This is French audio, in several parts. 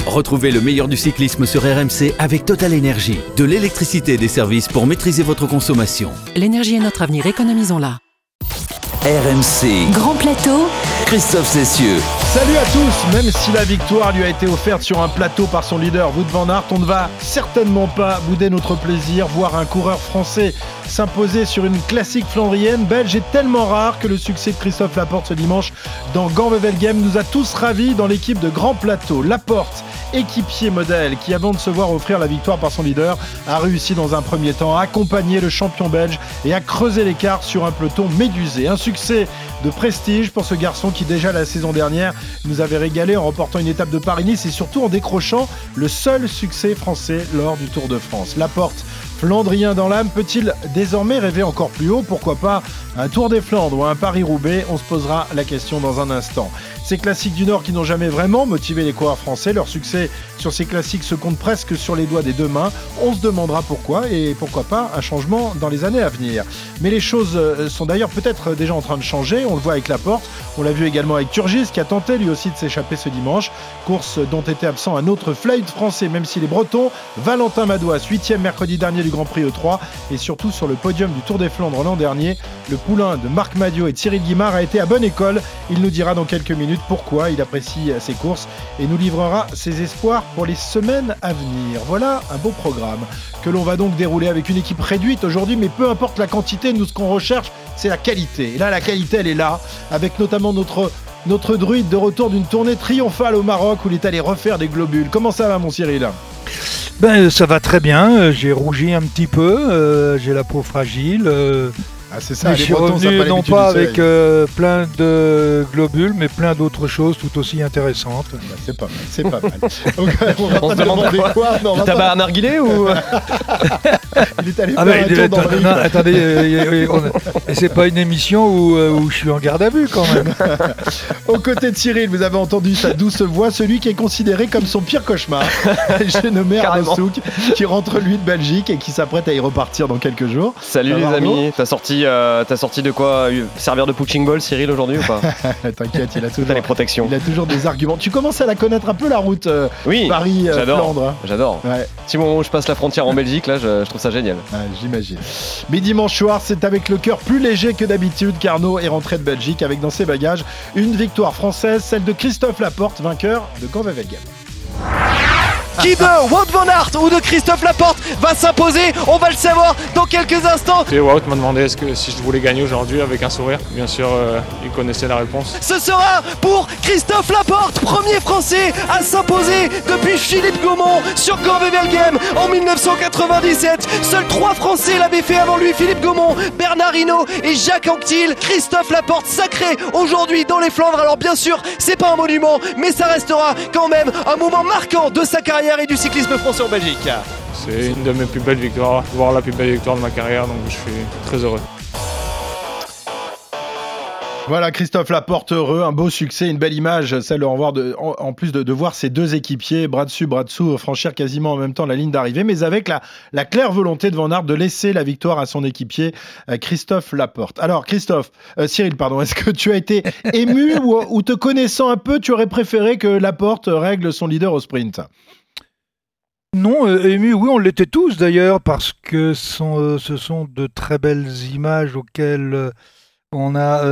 Retrouvez le meilleur du cyclisme sur RMC avec Total Énergie. De l'électricité et des services pour maîtriser votre consommation. L'énergie est notre avenir, économisons-la. RMC. Grand plateau. Christophe Cessieux. Salut à tous. Même si la victoire lui a été offerte sur un plateau par son leader Wout van Aert, on ne va certainement pas bouder notre plaisir. Voir un coureur français s'imposer sur une classique flandrienne belge est tellement rare que le succès de Christophe Laporte ce dimanche dans Gand-Wevelgem nous a tous ravis dans l'équipe de Grand Plateau. Laporte, équipier modèle qui, avant de se voir offrir la victoire par son leader, a réussi dans un premier temps à accompagner le champion belge et à creuser l'écart sur un peloton médusé. Un succès de prestige pour ce garçon qui, déjà la saison dernière, nous avait régalé en remportant une étape de Paris-Nice et surtout en décrochant le seul succès français lors du Tour de France. Laporte, flandrien dans l'âme, peut-il désormais rêver encore plus haut ? Pourquoi pas un Tour des Flandres ou un Paris-Roubaix ? On se posera la question dans un instant. Ces classiques du Nord qui n'ont jamais vraiment motivé les coureurs français, leur succès sur ces classiques se compte presque sur les doigts des deux mains. On se demandera pourquoi et pourquoi pas un changement dans les années à venir. Mais les choses sont d'ailleurs peut-être déjà en train de changer. On le voit avec Laporte, on l'a vu également avec Turgis qui a tenté lui aussi de s'échapper ce dimanche. Course dont était absent un autre flight français, même si les Bretons, Valentin Madouas, 8e mercredi dernier du Grand Prix E3 et surtout sur le podium du Tour des Flandres l'an dernier. Le poulain de Marc Madiot et de Cyril Guimard a été à bonne école. Il nous dira dans quelques minutes pourquoi il apprécie ses courses et nous livrera ses espoirs pour les semaines à venir. Voilà un beau programme que l'on va donc dérouler avec une équipe réduite aujourd'hui, mais peu importe la quantité, nous ce qu'on recherche, c'est la qualité. Et là, la qualité, elle est là, avec notamment notre druide de retour d'une tournée triomphale au Maroc où il est allé refaire des globules. Comment ça va, mon Cyril ? Ça va très bien, j'ai rougi un petit peu, j'ai la peau fragile. C'est ça, je suis revenu non pas avec plein de globules, mais plein d'autres choses tout aussi intéressantes. C'est pas mal. Donc, on se demande quoi. T'as un narguilé ou il est allé faire un tour dans le ring. Attendez, c'est pas une émission où je suis en garde à vue quand même. Aux côtés de Cyril, vous avez entendu sa douce voix, celui qui est considéré comme son pire cauchemar. J'ai nommé Arnaud Souk, qui rentre lui de Belgique et qui s'apprête à y repartir dans quelques jours. Salut les amis, t'as sorti de quoi servir de punching ball, Cyril, aujourd'hui ou pas? T'inquiète, il a toujours des arguments. Tu commences à la connaître un peu, la route Paris-Flandre. J'adore. Ouais. Si bon, je passe la frontière en Belgique, là, je trouve ça génial. J'imagine. Mais dimanche soir, c'est avec le cœur plus léger que d'habitude qu'Arnaud est rentré de Belgique avec dans ses bagages une victoire française, celle de Christophe Laporte, vainqueur de Gand-Wevelgem. Qui de Wout van Aert ou de Christophe Laporte va s'imposer? On va le savoir dans quelques instants. Wout m'a demandé si je voulais gagner aujourd'hui avec un sourire. Bien sûr, il connaissait la réponse. Ce sera pour Christophe Laporte, premier français à s'imposer depuis Philippe Gaumont sur Gand-Wevelgem en 1997. Seuls 3 Français l'avaient fait avant lui, Philippe Gaumont, Bernard Hinault et Jacques Anquetil. Christophe Laporte sacré aujourd'hui dans les Flandres. Alors bien sûr, c'est pas un monument, mais ça restera quand même un moment marquant de sa carrière et du cyclisme français en Belgique. C'est une de mes plus belles victoires, voire la plus belle victoire de ma carrière, donc je suis très heureux. Voilà, Christophe Laporte heureux, un beau succès, une belle image, celle en plus de voir ces deux équipiers bras dessus, bras dessous, franchir quasiment en même temps la ligne d'arrivée, mais avec la claire volonté de Van Aert de laisser la victoire à son équipier Christophe Laporte. Alors Cyril, est-ce que tu as été ému ou te connaissant un peu, tu aurais préféré que Laporte règle son leader au sprint ? Non, ému, oui, on l'était tous d'ailleurs, parce que ce sont de très belles images auxquelles qu'on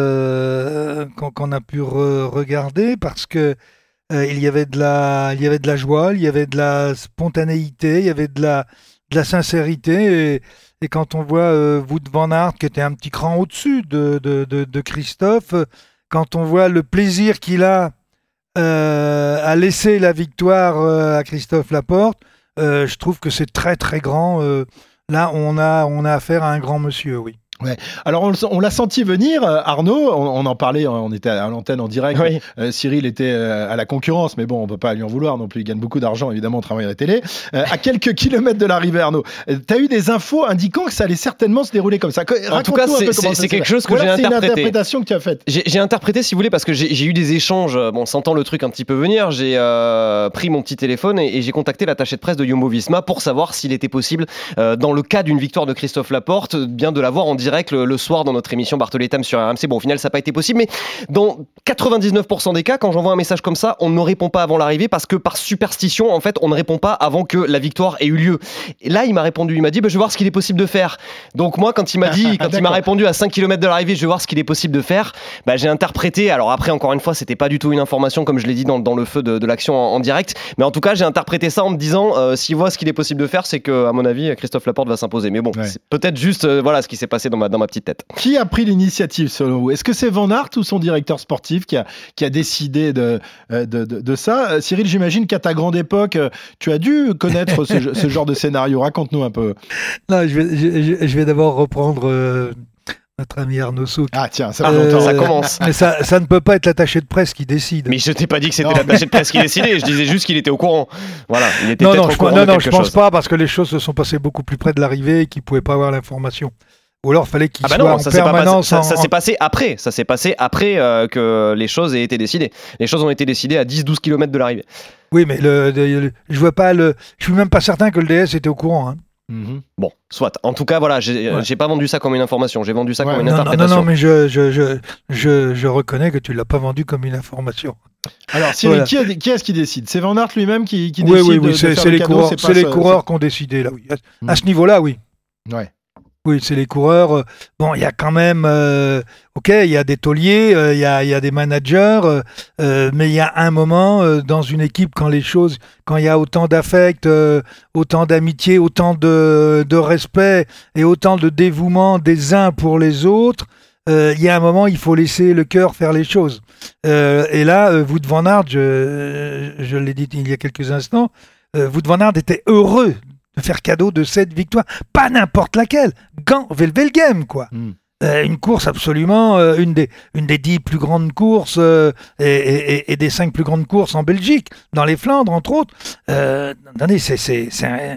a pu regarder, parce que il y avait de la joie, il y avait de la spontanéité, il y avait de la sincérité, et quand on voit Wout van Aert qui était un petit cran au-dessus de Christophe, quand on voit le plaisir qu'il a à laisser la victoire à Christophe Laporte, je trouve que c'est très très grand. Là, on a affaire à un grand monsieur, oui. Ouais. Alors on l'a senti venir, Arnaud, on en parlait, on était à l'antenne en direct, oui. Cyril était à la concurrence, mais bon, on ne peut pas lui en vouloir non plus, il gagne beaucoup d'argent évidemment en travaillant à la télé. À quelques kilomètres de l'arrivée, Arnaud, tu as eu des infos indiquant que ça allait certainement se dérouler comme ça. En tout cas, c'est quelque chose que j'ai interprété. C'est une interprétation que tu as faite. J'ai interprété, si vous voulez, parce que j'ai eu des échanges, sentant le truc un petit peu venir, j'ai pris mon petit téléphone et j'ai contacté l'attaché de presse de Jumbo-Visma pour savoir s'il était possible, dans le cas d'une victoire de Christophe Laporte, bien de l'avoir en direct le soir dans notre émission Bartholé Tam sur RMC. Bon, au final, ça n'a pas été possible, mais dans 99% des cas, quand j'envoie un message comme ça, on ne me répond pas avant l'arrivée parce que par superstition, en fait, on ne répond pas avant que la victoire ait eu lieu. Et là, il m'a répondu, il m'a dit, je vais voir ce qu'il est possible de faire. Donc moi, quand il m'a répondu à 5 km de l'arrivée, je vais voir ce qu'il est possible de faire, j'ai interprété, alors après, encore une fois, c'était pas du tout une information, comme je l'ai dit dans le feu de l'action en direct, mais en tout cas, j'ai interprété ça en me disant, s'il voit ce qu'il est possible de faire, c'est que, à mon avis, Christophe Laporte va s'imposer. Mais bon, c'est peut-être juste ce qui s'est passé dans ma petite tête. Qui a pris l'initiative selon vous ? Est-ce que c'est Van Aert ou son directeur sportif qui a décidé de ça ? Cyril, j'imagine qu'à ta grande époque, tu as dû connaître ce genre de scénario. Raconte-nous un peu. Non, je vais d'abord reprendre notre ami Arnaud Souk. Ah tiens, ça va longtemps. Ça commence. Mais ça ne peut pas être l'attaché de presse qui décide. Mais je t'ai pas dit que c'était l'attaché de presse qui décidait, je disais juste qu'il était au courant. Voilà, il était non, peut-être au courant de quelque je pense chose. pas, parce que les choses se sont passées beaucoup plus près de l'arrivée et qu'il pouvait pas avoir l'information. Ou alors, il fallait qu'il soit en permanence. Ça s'est passé après. Ça s'est passé après que les choses aient été décidées. Les choses ont été décidées à 10-12 km de l'arrivée. Oui, mais je suis même pas certain que le DS était au courant. Hein. Mm-hmm. Bon, soit. En tout cas, voilà, j'ai pas vendu ça comme une information. J'ai vendu ça comme une interprétation. Non, mais je reconnais que tu l'as pas vendu comme une information. Alors, Cyril, qui est-ce qui décide ? C'est Van Aert lui-même qui décide Oui, de faire c'est le les cadeau, coureurs, c'est les coureurs qui ont décidé là. Oui. À ce niveau-là, oui. Ouais. Oui, c'est les coureurs. Bon, il y a quand même, il y a des tauliers, il y a des managers, mais il y a un moment dans une équipe quand il y a autant d'affect, autant d'amitié, autant de respect et autant de dévouement des uns pour les autres, il y a un moment il faut laisser le cœur faire les choses. Et là, Wout van Aert, je l'ai dit il y a quelques instants, Wout van Aert était heureux de faire cadeau de cette victoire, pas n'importe laquelle, Gand-Wevelgem, quoi. Une course absolument, une des 10 plus grandes courses et des 5 plus grandes courses en Belgique, dans les Flandres, entre autres. Attendez, c'est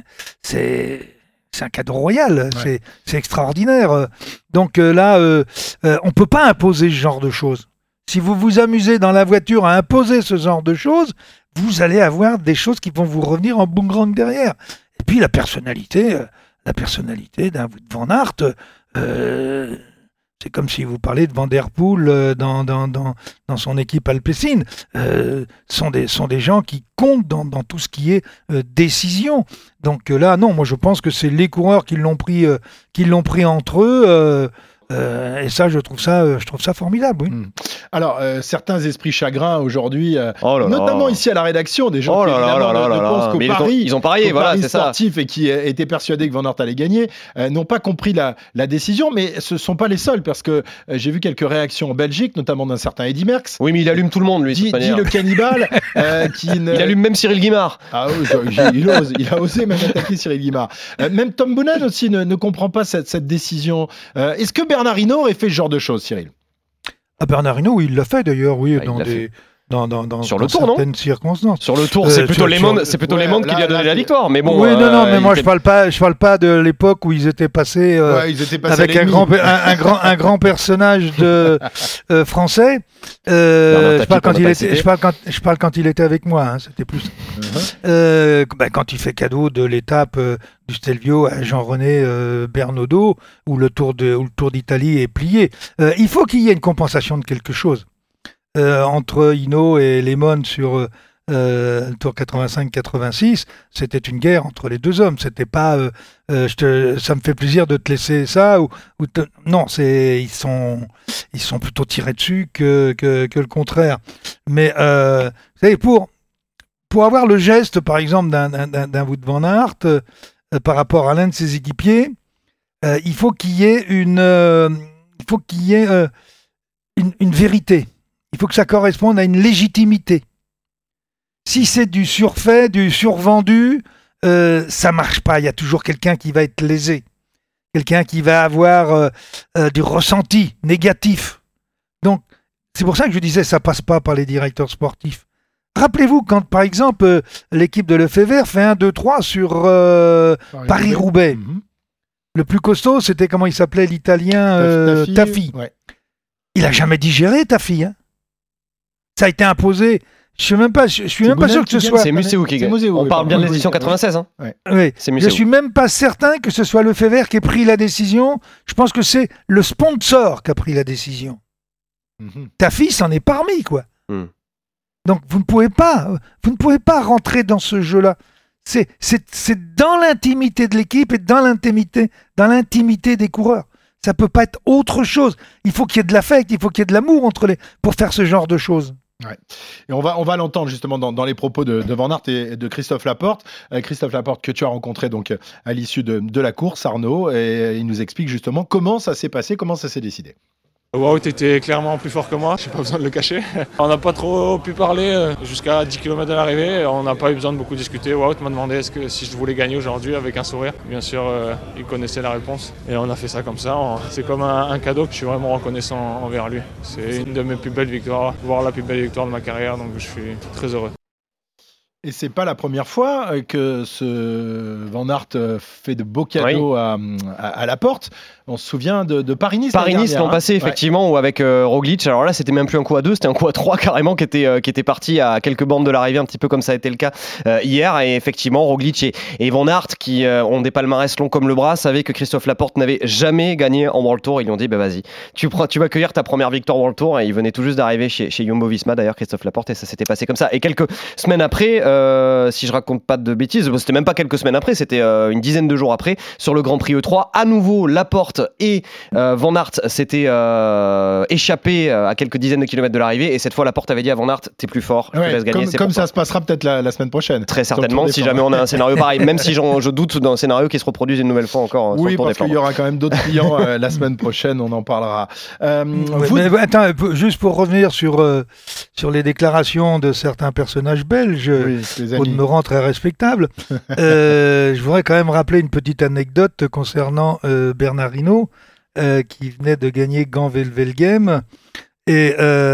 un cadeau royal, c'est extraordinaire. Donc là, on peut pas imposer ce genre de choses. Si vous vous amusez dans la voiture à imposer ce genre de choses, vous allez avoir des choses qui vont vous revenir en boomerang derrière. Et puis la personnalité d'un Wout van Aert, c'est comme si vous parlez de Van der Poel dans son équipe alpecin. Sont des gens qui comptent dans tout ce qui est décision. Donc là, non, moi je pense que c'est les coureurs qui l'ont pris entre eux. Et ça, je trouve ça formidable, oui. Alors, certains esprits chagrins aujourd'hui, notamment ici à la rédaction, des gens qui évidemment ne pensent qu'au pari, ils ont parié, voilà, c'est sportif ça. Et qui étaient persuadés que Van Aert allait gagner, n'ont pas compris la décision, mais ce ne sont pas les seuls, parce que j'ai vu quelques réactions en Belgique, notamment d'un certain Eddy Merckx. Oui, mais il allume tout le monde, lui, dit le cannibale. Il allume même Cyril Guimard. Ah oui, il a osé même attaquer Cyril Guimard. Même Tom Boonen aussi ne comprend pas cette décision. Est-ce que Bernard Hinault aurait fait ce genre de choses, Cyril ? Bernard Hinault, il l'a fait d'ailleurs, oui, sur le tour, certaines circonstances. Sur le tour, c'est plutôt les mondes qui lui a donné la victoire. Mais bon, oui, mais moi je parle pas de l'époque où ils étaient passés avec un grand personnage français. Je parle quand il était avec moi. Hein, c'était plus. Quand il fait cadeau de l'étape du Stelvio à Jean-René Bernaudot, où le Tour d'Italie est plié. Il faut qu'il y ait une compensation de quelque chose. Entre Hinault et Lehmann sur le Tour 85-86, c'était une guerre entre les deux hommes. C'était pas ça me fait plaisir de te laisser ça non, ils sont plutôt tirés dessus que le contraire. Mais vous savez, pour avoir le geste par exemple d'un Wout van Aert par rapport à l'un de ses équipiers, il faut qu'il y ait une vérité. Il faut que ça corresponde à une légitimité. Si c'est du surfait, du survendu, ça marche pas. Il y a toujours quelqu'un qui va être lésé. Quelqu'un qui va avoir du ressenti négatif. Donc, c'est pour ça que je disais ça passe pas par les directeurs sportifs. Rappelez-vous quand, par exemple, l'équipe de Lefebvre fait 1-2-3 sur Paris-Roubaix. Le plus costaud, c'était comment il s'appelait, l'Italien Taffi. Ouais. Il a jamais digéré Taffi. Hein. Ça a été imposé. Je suis même pas sûr que ce soit. C'est Muséo qui gagne. On parle bien de l'édition 96. Hein. Oui. Je suis même pas certain que ce soit Lefebvre qui ait pris la décision. Je pense que c'est le sponsor qui a pris la décision. Tafi s'en est parmi, quoi. Donc vous ne pouvez pas rentrer dans ce jeu-là. C'est dans l'intimité de l'équipe et dans l'intimité des coureurs. Ça peut pas être autre chose. Il faut qu'il y ait de l'affect, il faut qu'il y ait de l'amour pour faire ce genre de choses. Ouais. Et on va l'entendre justement dans les propos de Van Aert et de Christophe Laporte. Christophe Laporte que tu as rencontré donc à l'issue de la course, Arnaud, et il nous explique justement comment ça s'est passé, comment ça s'est décidé. Wout était clairement plus fort que moi, j'ai pas besoin de le cacher. On n'a pas trop pu parler jusqu'à 10 km de l'arrivée, on n'a pas eu besoin de beaucoup discuter. Wout m'a demandé si je voulais gagner aujourd'hui avec un sourire. Bien sûr, il connaissait la réponse et on a fait ça comme ça. C'est comme un cadeau que je suis vraiment reconnaissant envers lui. C'est une de mes plus belles victoires, voire la plus belle victoire de ma carrière, donc je suis très heureux. Et c'est pas la première fois que ce Van Aert fait de beaux cadeaux à Laporte. On se souvient de Paris-Nice. Paris-Nice l'an passé, effectivement, où avec Roglic, alors là c'était même plus un coup à 2, c'était un coup à 3 carrément qui était parti à quelques bornes de l'arrivée, un petit peu comme ça a été le cas hier. Et effectivement, Roglic et Van Aert, qui ont des palmarès longs comme le bras, savaient que Christophe Laporte n'avait jamais gagné en World Tour. Ils lui ont dit, vas-y, tu vas cueillir ta première victoire World Tour. Et il venait tout juste d'arriver chez Jumbo-Visma, d'ailleurs, Christophe Laporte, et ça s'était passé comme ça. Et quelques semaines après, si je raconte pas de bêtises, c'était même pas quelques semaines après, c'était une dizaine de jours après, sur le Grand Prix E3, à nouveau Laporte et Van Aert s'étaient échappés à quelques dizaines de kilomètres de l'arrivée, et cette fois Laporte avait dit à Van Aert, t'es plus fort, je te laisse gagner. Comme ça se passera peut-être la semaine prochaine. Très certainement, si jamais on a un scénario pareil, même si je doute d'un scénario qui se reproduise une nouvelle fois encore. Oui, parce qu'il y aura quand même d'autres clients la semaine prochaine, on en parlera. Mais attends, juste pour revenir sur les déclarations de certains personnages belges, au demeurant très respectables, je voudrais quand même rappeler une petite anecdote concernant Bernard Hinault, qui venait de gagner Gand-Wevelgem, et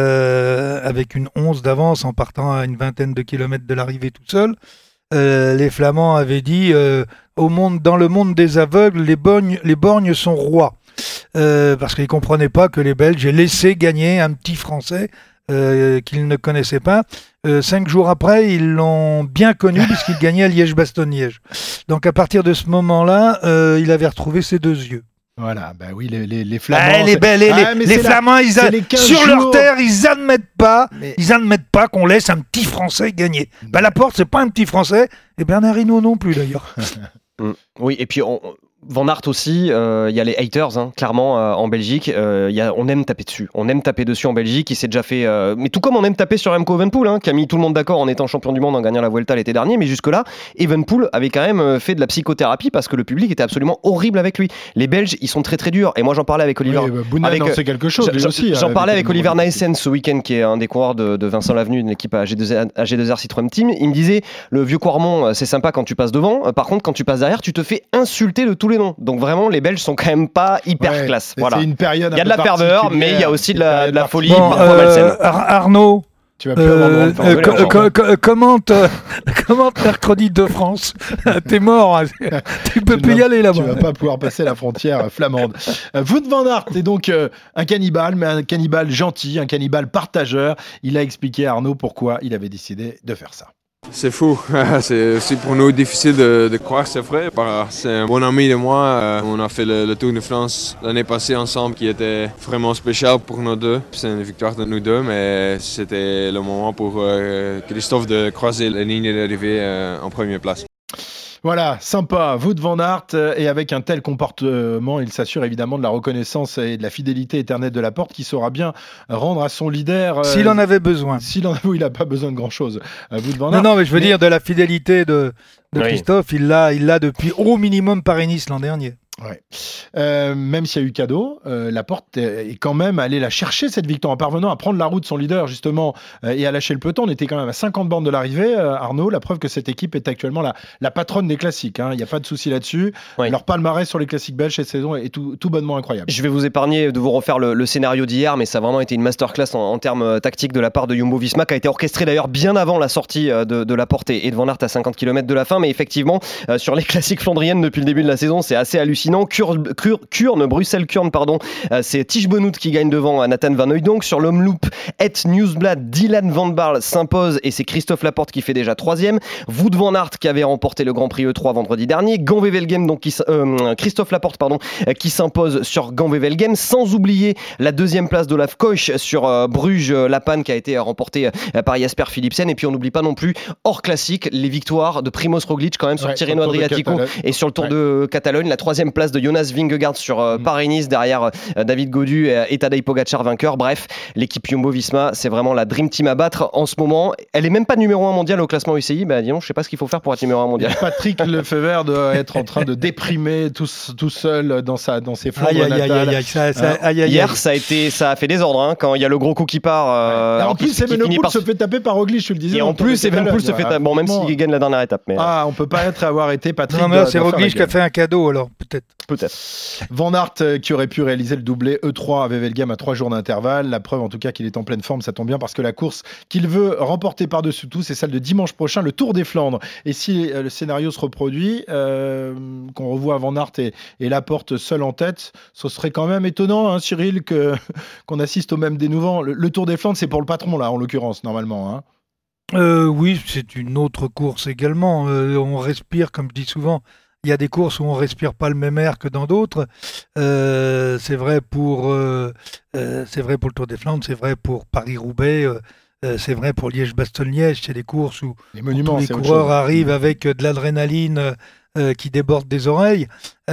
avec une 11 d'avance en partant à une vingtaine de kilomètres de l'arrivée tout seul. Les Flamands avaient dit dans le monde des aveugles, les borgnes sont rois. Parce qu'ils ne comprenaient pas que les Belges aient laissé gagner un petit Français qu'ils ne connaissaient pas. 5 jours après, ils l'ont bien connu puisqu'il gagnait à Liège-Bastogne-Liège. Donc à partir de ce moment-là, il avait retrouvé ses 2 yeux. Voilà, oui, les Flamands. Les Flamands, sur leur terre, ils admettent pas qu'on laisse un petit Français gagner. Laporte, c'est pas un petit Français, et Bernard Hinault non plus d'ailleurs. Oui, et puis Van Aert aussi, il y a les haters, clairement, en Belgique. On aime taper dessus. On aime taper dessus en Belgique. Il s'est déjà fait. Mais tout comme on aime taper sur Remco Evenepoel, qui a mis tout le monde d'accord en étant champion du monde en gagnant la Vuelta l'été dernier. Mais jusque-là, Evenepoel avait quand même fait de la psychothérapie parce que le public était absolument horrible avec lui. Les Belges, ils sont très très durs. Et moi, j'en parlais avec Oliver. C'est quelque chose. J'en parlais avec Oliver Naesen ce week-end, qui est un des coureurs de Vincent Lavenu, de l'équipe AG2R Citroën Team. Il me disait, le vieux Quarmont, c'est sympa quand tu passes devant. Par contre, quand tu passes derrière, tu te fais insulter de tous les noms. Donc vraiment, les Belges sont quand même pas hyper classe. Voilà. C'est une période. Il y a de la ferveur, mais il y a aussi de la folie. Arnaud, tu vas plus avoir de commente mercredi de France. T'es mort. Tu peux plus y aller là-bas. Tu vas pas pouvoir passer la frontière flamande. Wout van Aert est donc un cannibale, mais un cannibale gentil, un cannibale partageur. Il a expliqué à Arnaud pourquoi il avait décidé de faire ça. C'est fou, c'est aussi pour nous difficile de croire que c'est vrai. C'est un bon ami de moi, on a fait le Tour de France l'année passée ensemble qui était vraiment spécial pour nous deux. C'est une victoire de nous deux, mais c'était le moment pour Christophe de croiser la ligne d'arrivée en première place. Voilà, sympa, Wout van Aert, et avec un tel comportement, il s'assure évidemment de la reconnaissance et de la fidélité éternelle de Laporte, qui saura bien rendre à son leader... S'il en avait besoin. Il n'a pas besoin de grand-chose, Wout van Aert. Non, mais je veux dire de la fidélité de Christophe, il l'a depuis au minimum Paris-Nice l'an dernier. Ouais. Même s'il y a eu cadeau, Laporte est quand même allé la chercher cette victoire en parvenant à prendre la route de son leader justement et à lâcher le peloton. On était quand même à 50 bornes de l'arrivée, Arnaud, la preuve que cette équipe est actuellement la patronne des classiques, il n'y a pas de souci là-dessus. Leur palmarès sur les classiques belges cette saison est tout bonnement incroyable. Je vais vous épargner de vous refaire le scénario d'hier, mais ça a vraiment été une masterclass en termes tactiques de la part de Jumbo-Visma, qui a été orchestrée d'ailleurs bien avant la sortie de Laporte et de Van Aert à 50 km de la fin. Mais effectivement, sur les classiques flandriennes depuis le début de la saison, c'est assez hallucinant hallucinant. Bruxelles-Kurn, c'est Tige Benoît qui gagne devant Nathan Van Hooydonk. Sur l'Omloop, Het Nieuwsblad, Dylan Van Baarle s'impose et c'est Christophe Laporte qui fait déjà 3e. Wout van Aert qui avait remporté le Grand Prix E3 vendredi dernier. Gand-Wevelgem, donc Christophe Laporte qui s'impose sur Gand-Wevelgem, sans oublier la 2e place d'Olaf Koch sur Bruges-La Panne qui a été remportée par Jasper Philipsen. Et puis on n'oublie pas non plus, hors classique, les victoires de Primoz Roglic quand même sur Tirreno Adriatico et sur le Tour de Catalogne. La 3e place de Jonas Vingegaard sur Paris-Nice derrière David Gaudu et Tadej Pogacar vainqueur. Bref, l'équipe Jumbo-Visma, c'est vraiment la Dream Team à battre en ce moment. Elle est même pas numéro 1 mondial au classement UCI. Disons, je sais pas ce qu'il faut faire pour être numéro 1 mondial. Patrick Lefebvre doit être en train de déprimer tout seul dans ses Flandres natales. Hier, ça a fait désordre hein, quand il y a le gros coup qui part. En plus, Evenepoel se fait taper par Roglic, je le disais. Et en plus, Evenepoel se fait taper. Bon, même s'il gagne la dernière étape. Mais... on peut pas avoir été Patrick. Non, c'est Roglic qui a fait un cadeau alors, peut-être. Van Aert qui aurait pu réaliser le doublé E3 à Wevelgem à 3 jours d'intervalle. La preuve en tout cas qu'il est en pleine forme, ça tombe bien parce que la course qu'il veut remporter par-dessus tout, c'est celle de dimanche prochain, le Tour des Flandres. Et si le scénario se reproduit, qu'on revoit Van Aert et Laporte seul en tête, ce serait quand même étonnant, hein, Cyril, qu'on assiste au même dénouement. Le Tour des Flandres, c'est pour le patron là, en l'occurrence, normalement. Oui, c'est une autre course également. On respire, comme je dis souvent. Il y a des courses où on respire pas le même air que dans d'autres. C'est vrai pour le Tour des Flandres, c'est vrai pour Paris-Roubaix, c'est vrai pour Liège-Bastogne-Liège. C'est des courses où tous les coureurs arrivent avec de l'adrénaline qui déborde des oreilles.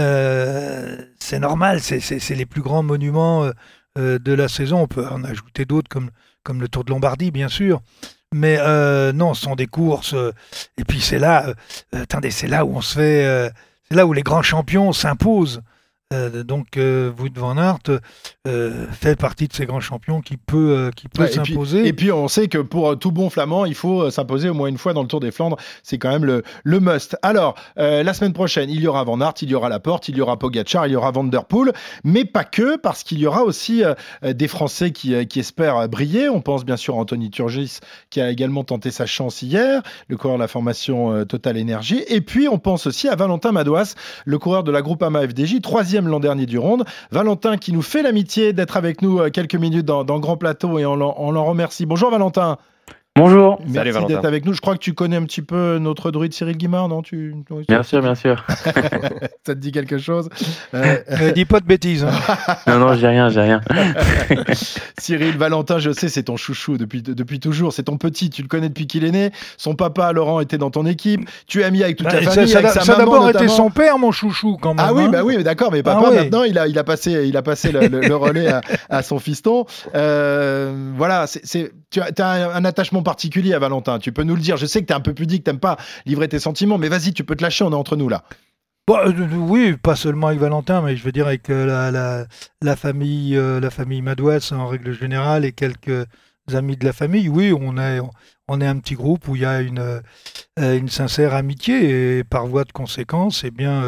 C'est normal, c'est les plus grands monuments de la saison. On peut en ajouter d'autres comme le Tour de Lombardie, bien sûr. Mais non, ce sont des courses. Et puis c'est là où on se fait. C'est là où les grands champions s'imposent. Donc Wout van Aert fait partie de ces grands champions qui peut s'imposer. Et puis on sait que pour tout bon flamand, il faut s'imposer au moins une fois dans le Tour des Flandres. C'est quand même le must. Alors, la semaine prochaine, il y aura Van Aert, il y aura Laporte, il y aura Pogacar, il y aura Van der Poel. Mais pas que, parce qu'il y aura aussi des Français qui espèrent briller. On pense bien sûr à Anthony Turgis, qui a également tenté sa chance hier, le coureur de la formation Total Energy. Et puis, on pense aussi à Valentin Madouas, le coureur de la Groupama FDJ, 3e l'an dernier du Ronde. Valentin qui nous fait l'amitié d'être avec nous quelques minutes dans Grand Plateau et on l'en remercie. Bonjour Valentin. Bonjour. Merci d'être avec nous. Je crois que tu connais un petit peu notre druide Cyril Guimard, non ? Bien sûr. Ça te dit quelque chose ? Dis pas de bêtises. Hein. Non, j'ai rien. Cyril, Valentin, je sais, c'est ton chouchou depuis toujours. C'est ton petit, tu le connais depuis qu'il est né. Son papa, Laurent, était dans ton équipe. Tu es ami avec toute la famille. Ça a d'abord été son père, mon chouchou, quand même. Ah oui, d'accord, mais papa, maintenant, il a passé le relais à son fiston. Voilà, tu as un attachement particulier à Valentin, tu peux nous le dire. Je sais que tu es un peu pudique, tu n'aimes pas livrer tes sentiments, mais vas-y, tu peux te lâcher, on est entre nous là. Oui, pas seulement avec Valentin, mais je veux dire avec la famille Madouas en règle générale et quelques amis de la famille. Oui, on est un petit groupe où il y a une sincère amitié et par voie de conséquence, eh bien,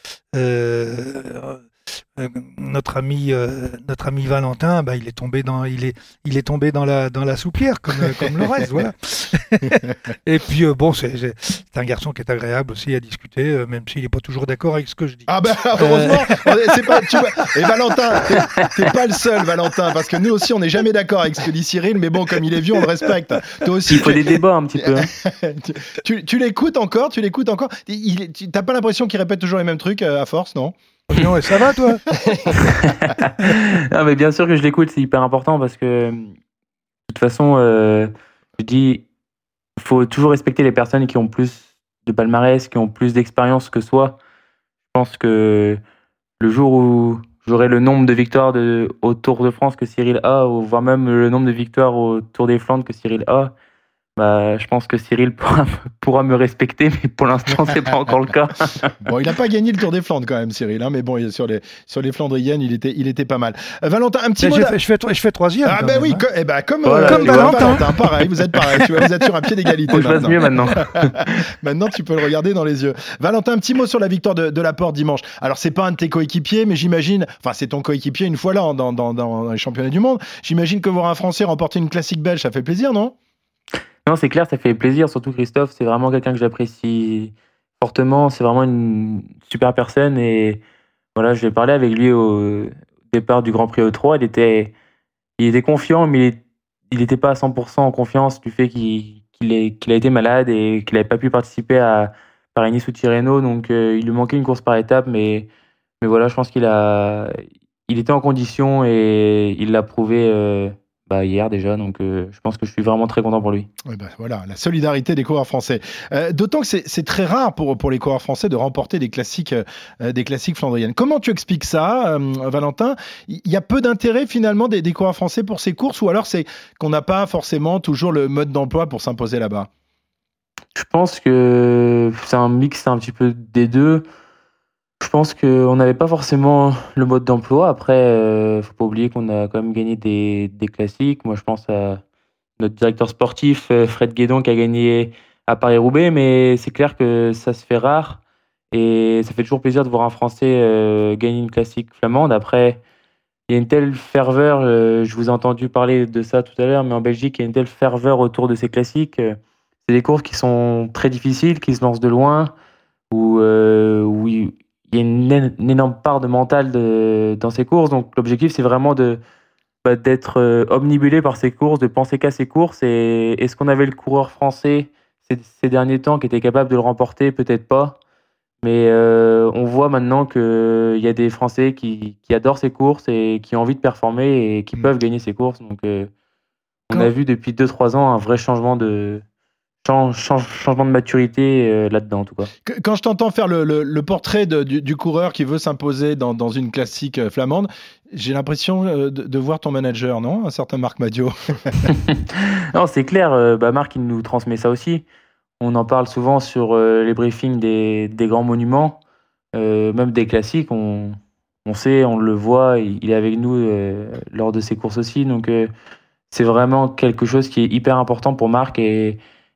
notre ami Valentin, il est tombé dans la soupière comme le reste, voilà. Et puis c'est un garçon qui est agréable aussi à discuter, même s'il n'est pas toujours d'accord avec ce que je dis. Ah heureusement, c'est pas. Et Valentin, t'es pas le seul, Valentin, parce que nous aussi on n'est jamais d'accord avec ce que dit Cyril, mais bon, comme il est vieux, on le respecte. Toi aussi. Il faut des débats un petit peu. Tu l'écoutes encore. T'as pas l'impression qu'il répète toujours les mêmes trucs à force, non? Non, et ça va, toi? Non, mais bien sûr que je l'écoute, c'est hyper important parce que, de toute façon, je dis, il faut toujours respecter les personnes qui ont plus de palmarès, qui ont plus d'expérience que soi. Je pense que le jour où j'aurai le nombre de victoires au Tour de France que Cyril a, ou voire même le nombre de victoires au Tour des Flandres que Cyril a, je pense que Cyril pourra me respecter, mais pour l'instant, c'est pas encore le cas. Bon, il n'a pas gagné le Tour des Flandres quand même, Cyril, hein, mais bon, sur les Flandriennes, il était pas mal. Valentin, un petit mot. Je fais troisième. Ah ben oui, comme Valentin. Pareil, vous êtes pareil. Tu vois, vous êtes sur un pied d'égalité. Je fasse mieux maintenant. Maintenant, tu peux le regarder dans les yeux. Valentin, un petit mot sur la victoire de Laporte dimanche. Alors, c'est pas un de tes coéquipiers, mais j'imagine, enfin, c'est ton coéquipier une fois là dans les championnats du monde. J'imagine que voir un Français remporter une classique belge, ça fait plaisir, non? Non, c'est clair, ça fait plaisir. Surtout Christophe, c'est vraiment quelqu'un que j'apprécie fortement. C'est vraiment une super personne et Voilà, je l'ai parlé avec lui au départ du Grand Prix E3. Il était confiant, mais il n'était pas à 100% en confiance du fait qu'il a été malade et qu'il n'avait pas pu participer à Paris-Nice ou Tirreno. Donc, il lui manquait une course par étape. Mais voilà, je pense il était en condition et il l'a prouvé hier déjà. Donc, je pense que je suis vraiment très content pour lui. Ouais, voilà, la solidarité des coureurs français. D'autant que c'est très rare pour les coureurs français de remporter des classiques flandriennes. Comment tu expliques ça, Valentin? Il y a peu d'intérêt finalement des coureurs français pour ces courses, ou alors c'est qu'on n'a pas forcément toujours le mode d'emploi pour s'imposer là-bas? Je pense que c'est un mix un petit peu des deux. Je pense qu'on n'avait pas forcément le mode d'emploi. Après, faut pas oublier qu'on a quand même gagné des classiques. Moi, je pense à notre directeur sportif, Fred Guédon, qui a gagné à Paris-Roubaix, mais c'est clair que ça se fait rare. Et ça fait toujours plaisir de voir un Français gagner une classique flamande. Après, il y a une telle ferveur, je vous ai entendu parler de ça tout à l'heure, mais en Belgique, il y a une telle ferveur autour de ces classiques. C'est des courses qui sont très difficiles, qui se lancent de loin, où il y a une énorme part de mental dans ces courses. Donc l'objectif, c'est vraiment d'être omnibulé par ces courses, de penser qu'à ces courses. Et est-ce qu'on avait le coureur français ces derniers temps qui était capable de le remporter? Peut-être pas. Mais on voit maintenant qu'il y a des Français qui adorent ces courses et qui ont envie de performer et qui peuvent gagner ces courses. Donc on a vu depuis 2-3 ans un vrai changement de maturité là-dedans, en tout cas. Quand je t'entends faire le portrait du coureur qui veut s'imposer dans une classique flamande, j'ai l'impression de voir ton manager, non? Un certain Marc Madiot. Non, c'est clair. Marc, il nous transmet ça aussi. On en parle souvent sur les briefings des grands monuments, même des classiques. On sait, on le voit, il est avec nous lors de ces courses aussi. Donc, c'est vraiment quelque chose qui est hyper important pour Marc et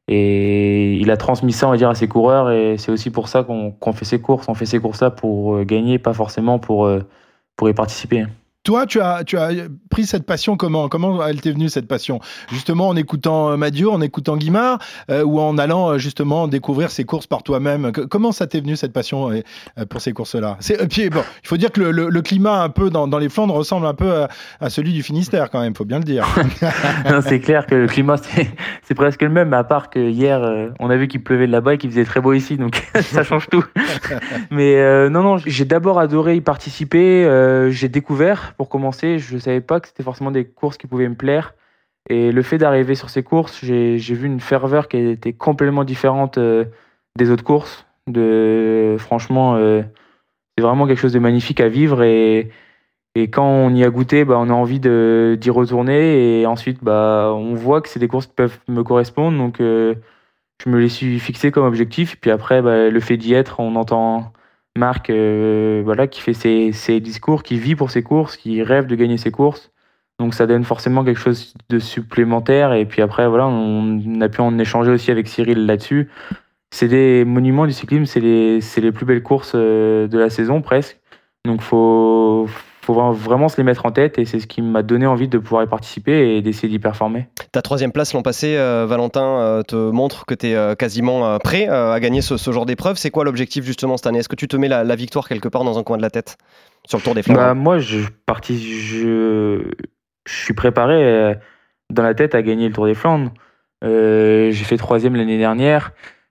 il a transmis ça, on va dire, à ses coureurs. Et c'est aussi pour ça qu'on fait ces courses. On fait ces courses-là pour gagner, pas forcément pour y participer. Toi, tu as pris cette passion comment? Comment elle t'est venue, cette passion? Justement, en écoutant Madiot, en écoutant Guimard, ou en allant justement découvrir ces courses par toi-même? Comment ça t'est venu, cette passion pour ces courses-là? Puis, bon, il faut dire que le climat un peu dans les Flandres ressemble un peu à celui du Finistère quand même, faut bien le dire. Non, c'est clair que le climat, c'est presque le même, à part que hier, on a vu qu'il pleuvait là-bas et qu'il faisait très beau ici, donc ça change tout. Mais non, j'ai d'abord adoré y participer, j'ai découvert. Pour commencer, je ne savais pas que c'était forcément des courses qui pouvaient me plaire. Et le fait d'arriver sur ces courses, j'ai vu une ferveur qui était complètement différente des autres courses. Franchement, c'est vraiment quelque chose de magnifique à vivre. Et quand on y a goûté, on a envie d'y retourner. Et ensuite, on voit que c'est des courses qui peuvent me correspondre. Donc, je me les suis fixées comme objectif. Et puis après, le fait d'y être, on entend Marc qui fait ses discours, qui vit pour ses courses, qui rêve de gagner ses courses. Donc ça donne forcément quelque chose de supplémentaire. Et puis après, on a pu en échanger aussi avec Cyril là-dessus. C'est des monuments du cyclisme, c'est les plus belles courses de la saison presque. Donc faut vraiment se les mettre en tête, et c'est ce qui m'a donné envie de pouvoir y participer et d'essayer d'y performer. Ta 3e place l'an passé, Valentin, te montre que tu es quasiment prêt à gagner ce genre d'épreuve. C'est quoi l'objectif justement cette année? Est-ce que tu te mets la victoire quelque part dans un coin de la tête sur le Tour des Flandres? Moi, je suis préparé dans la tête à gagner le Tour des Flandres. J'ai fait 3e l'année dernière.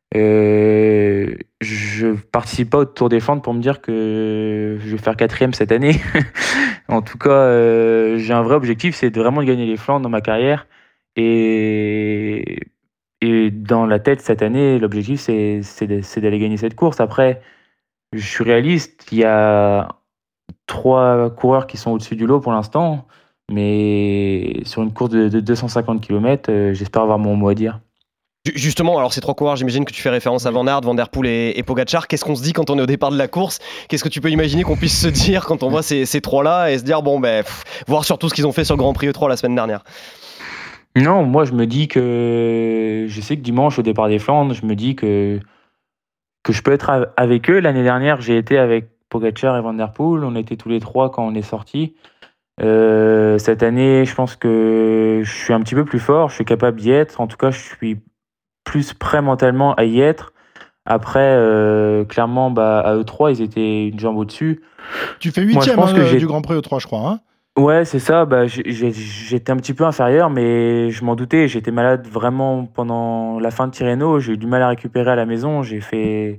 Je participe pas au Tour des Flandres pour me dire que je vais faire 4e cette année. En tout cas, j'ai un vrai objectif, c'est vraiment de gagner les Flandres dans ma carrière. Et dans la tête cette année, l'objectif c'est d'aller gagner cette course. Après, je suis réaliste, il y a 3 coureurs qui sont au-dessus du lot pour l'instant, mais sur une course de 250 km, j'espère avoir mon mot à dire. Justement, alors ces 3 coureurs, j'imagine que tu fais référence à Van Aert, Van Der Poel et Pogačar. Qu'est-ce qu'on se dit quand on est au départ de la course? Qu'est-ce que tu peux imaginer qu'on puisse se dire quand on voit ces 3-là et se dire, voir surtout ce qu'ils ont fait sur le Grand Prix E3 la semaine dernière? Non, moi je me dis que je sais que dimanche au départ des Flandres, je me dis que je peux être avec eux. L'année dernière, j'ai été avec Pogačar et Van Der Poel. On était tous les 3 quand on est sortis. Cette année, je pense que je suis un petit peu plus fort. Je suis capable d'y être. En tout cas, je suis plus prêt mentalement à y être. Après, clairement, à E3, ils étaient une jambe au-dessus. Tu fais Moi, je 8e pense que du Grand Prix E3, je crois. Hein. Ouais, c'est ça. J'étais un petit peu inférieur, mais je m'en doutais. J'étais malade vraiment pendant la fin de Tirreno. J'ai eu du mal à récupérer à la maison. J'ai fait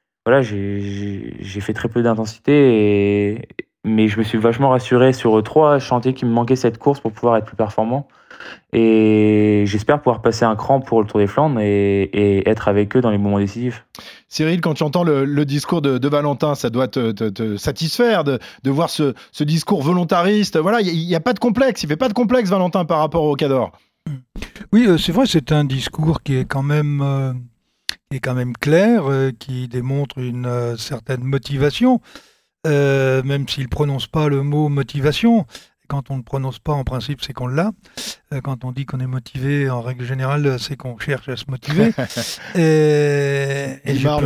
très peu d'intensité, mais je me suis vachement rassuré sur E3. Je sentais qu'il me manquait cette course pour pouvoir être plus performant. Et j'espère pouvoir passer un cran pour le Tour des Flandres et être avec eux dans les moments décisifs. Cyril, quand tu entends le discours de Valentin, ça doit te satisfaire de voir ce discours volontariste. Voilà, il n'y a pas de complexe. Il ne fait pas de complexe, Valentin, par rapport au Cador. Oui, c'est vrai, c'est un discours qui est quand même clair, qui démontre une certaine motivation, même s'il ne prononce pas le mot motivation. Quand on ne le prononce pas, en principe, c'est qu'on l'a. Quand on dit qu'on est motivé, en règle générale, c'est qu'on cherche à se motiver. Et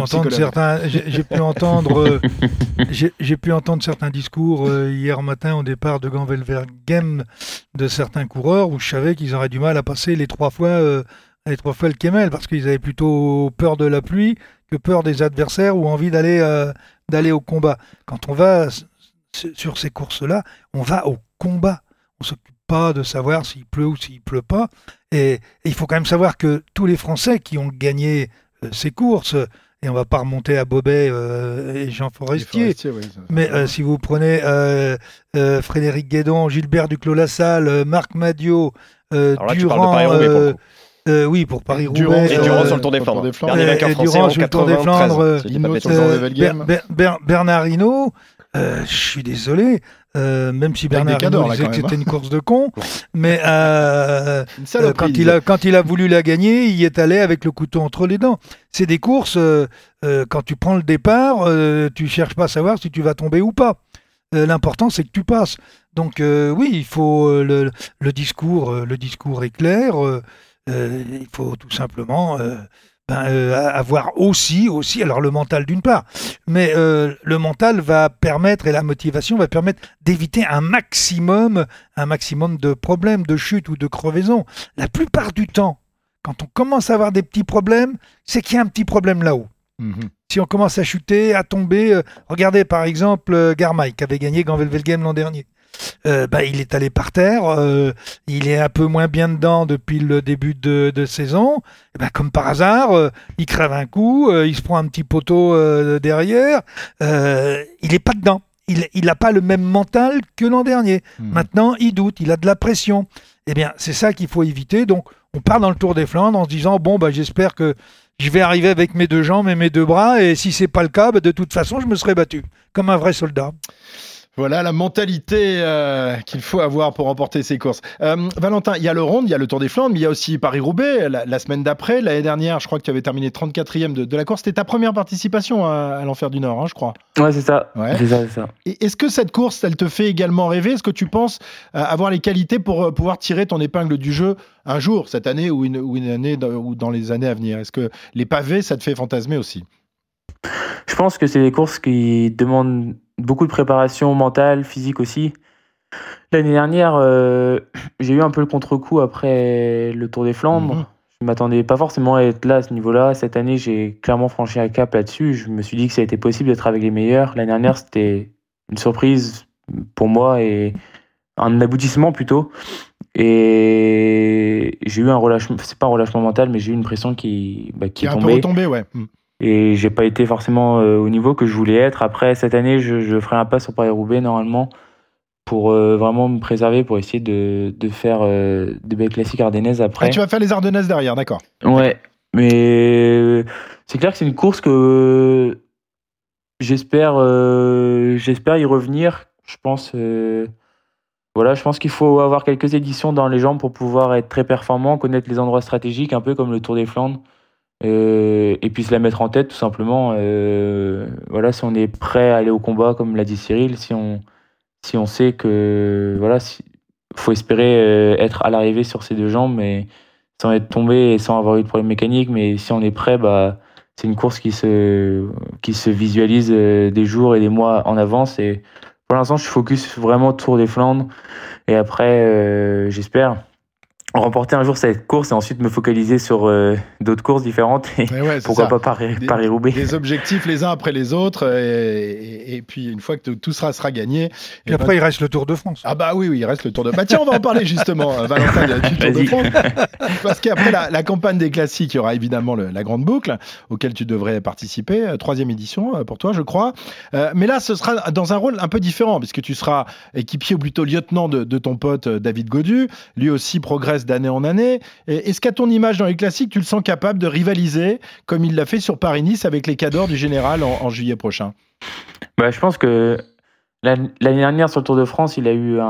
j'ai pu entendre certains discours hier matin au départ de Ganvelvergem de certains coureurs où je savais qu'ils auraient du mal à passer les trois fois le Kemmel parce qu'ils avaient plutôt peur de la pluie que peur des adversaires ou envie d'aller au combat. Quand on va sur ces courses-là, on va au combat. On ne s'occupe pas de savoir s'il pleut ou s'il pleut pas. Et il faut quand même savoir que tous les Français qui ont gagné ces courses, et on ne va pas remonter à Bobet et Jean Forestier, mais si vous prenez Frédéric Guédon, Gilbert Duclos-Lassalle, Marc Madiot, Durand... oui, pour Paris-Roubaix. Et Durand sur le Tour des Flandres. Dernier vainqueur français en 93. Bernard Hinault, je suis désolé, même si Bernard Hinault disait que c'était une course de con, mais quand il a voulu la gagner, il y est allé avec le couteau entre les dents. C'est des courses, quand tu prends le départ, tu cherches pas à savoir si tu vas tomber ou pas. L'important, c'est que tu passes. Donc oui, il faut le discours est clair. Il faut tout simplement avoir aussi, alors le mental d'une part, mais le mental va permettre et la motivation va permettre d'éviter un maximum de problèmes, de chutes ou de crevaisons. La plupart du temps, quand on commence à avoir des petits problèmes, c'est qu'il y a un petit problème là-haut. Mm-hmm. Si on commence à chuter, à tomber, regardez par exemple Garmay qui avait gagné Ganvelvelgem l'an dernier. Il est allé par terre, il est un peu moins bien dedans depuis le début de saison. Comme par hasard, il crève un coup, il se prend un petit poteau derrière, il n'est pas dedans. Il n'a pas le même mental que l'an dernier. Maintenant, il doute, il a de la pression. C'est ça qu'il faut éviter. Donc, on part dans le Tour des Flandres en se disant j'espère que je vais arriver avec mes deux jambes et mes deux bras, et si c'est pas le cas, de toute façon, je me serai battu comme un vrai soldat. Voilà la mentalité qu'il faut avoir pour remporter ces courses. Valentin, il y a le Ronde, il y a le Tour des Flandres, mais il y a aussi Paris-Roubaix, la semaine d'après. L'année dernière, je crois que tu avais terminé 34e de la course. C'était ta première participation à l'Enfer du Nord, je crois. Ouais, c'est ça. Ouais. C'est ça. Et est-ce que cette course, elle te fait également rêver ? Est-ce que tu penses avoir les qualités pour pouvoir tirer ton épingle du jeu un jour, cette année ou une année ou dans les années à venir ? Est-ce que les pavés, ça te fait fantasmer aussi ? Je pense que c'est des courses qui demandent beaucoup de préparation mentale, physique aussi. L'année dernière, j'ai eu un peu le contre-coup après le Tour des Flandres. Je ne m'attendais pas forcément à être là à ce niveau-là. Cette année, j'ai clairement franchi un cap là-dessus. Je me suis dit que ça a été possible d'être avec les meilleurs. L'année dernière, c'était une surprise pour moi et un aboutissement plutôt. Et j'ai eu un relâchement, c'est pas un relâchement mental, mais j'ai eu une pression qui est tombée. Un peu retombée, ouais. Et j'ai pas été forcément au niveau que je voulais être. Après, cette année, je ferai un pas sur Paris-Roubaix normalement pour vraiment me préserver, pour essayer de faire des belles classiques ardennaises après. Ah, tu vas faire les Ardennaises derrière, d'accord. Ouais, mais c'est clair que c'est une course que j'espère y revenir. Je pense qu'il faut avoir quelques éditions dans les jambes pour pouvoir être très performant, connaître les endroits stratégiques, un peu comme le Tour des Flandres. Et puis se la mettre en tête tout simplement. Si on est prêt à aller au combat, comme l'a dit Cyril, si on sait que faut espérer être à l'arrivée sur ses deux jambes, mais sans être tombé et sans avoir eu de problème mécanique. Mais si on est prêt, c'est une course qui se visualise des jours et des mois en avance. Et pour l'instant, je focus vraiment Tour des Flandres. Et après, j'espère remporter un jour cette course et ensuite me focaliser sur d'autres courses différentes et pourquoi pas Paris-Roubaix. Des objectifs les uns après les autres et puis une fois que tout sera gagné. Et après il reste le Tour de France. Ah bah oui, il reste le Tour de France. Bah tiens, on va en parler justement, Valentin, du Tour de France. Parce qu'après la campagne des classiques, il y aura évidemment la grande boucle auquel tu devrais participer, 3e édition pour toi je crois. Mais là ce sera dans un rôle un peu différent puisque tu seras équipier ou plutôt lieutenant de ton pote David Gaudu. Lui aussi progresse d'année en année. Est-ce qu'à ton image dans les classiques, tu le sens capable de rivaliser comme il l'a fait sur Paris-Nice avec les cadors du Général en juillet prochain? Bah, je pense que l'année dernière sur le Tour de France, il a eu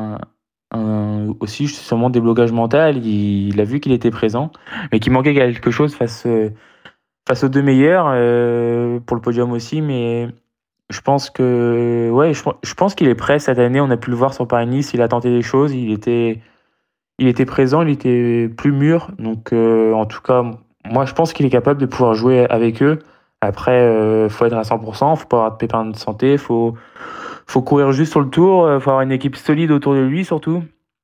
aussi sûrement déblocage mental. Il a vu qu'il était présent, mais qu'il manquait quelque chose face aux deux meilleurs pour le podium aussi. Mais je pense que je pense qu'il est prêt cette année. On a pu le voir sur Paris-Nice. Il a tenté des choses. Il était présent, il était plus mûr. Donc, en tout cas, moi, je pense qu'il est capable de pouvoir jouer avec eux. Après, faut être à 100%, faut pas avoir de pépins de santé, faut courir juste sur le tour, faut avoir une équipe solide autour de lui surtout.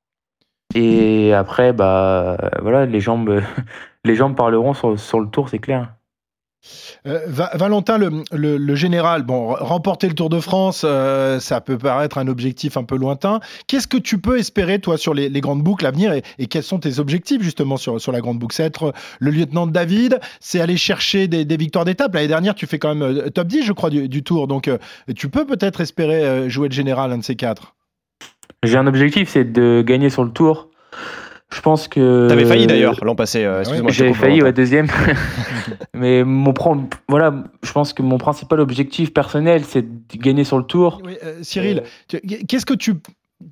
Et après, bah voilà, les jambes parleront sur le tour, c'est clair. Valentin, le Général, remporter le Tour de France, ça peut paraître un objectif un peu lointain. Qu'est-ce que tu peux espérer, toi, sur les grandes boucles à venir et quels sont tes objectifs, justement, sur la grande boucle? C'est être le lieutenant de David, c'est aller chercher des victoires d'étape. L'année dernière, tu fais quand même top 10, je crois, du Tour. Donc, tu peux peut-être espérer jouer le Général, un de ces quatre. J'ai un objectif, c'est de gagner sur le Tour. Je pense que... T'avais failli d'ailleurs l'an passé, excuse-moi. J'avais failli, deuxième. Mais je pense que mon principal objectif personnel, c'est de gagner sur le Tour. Oui, Cyril, qu'est-ce que tu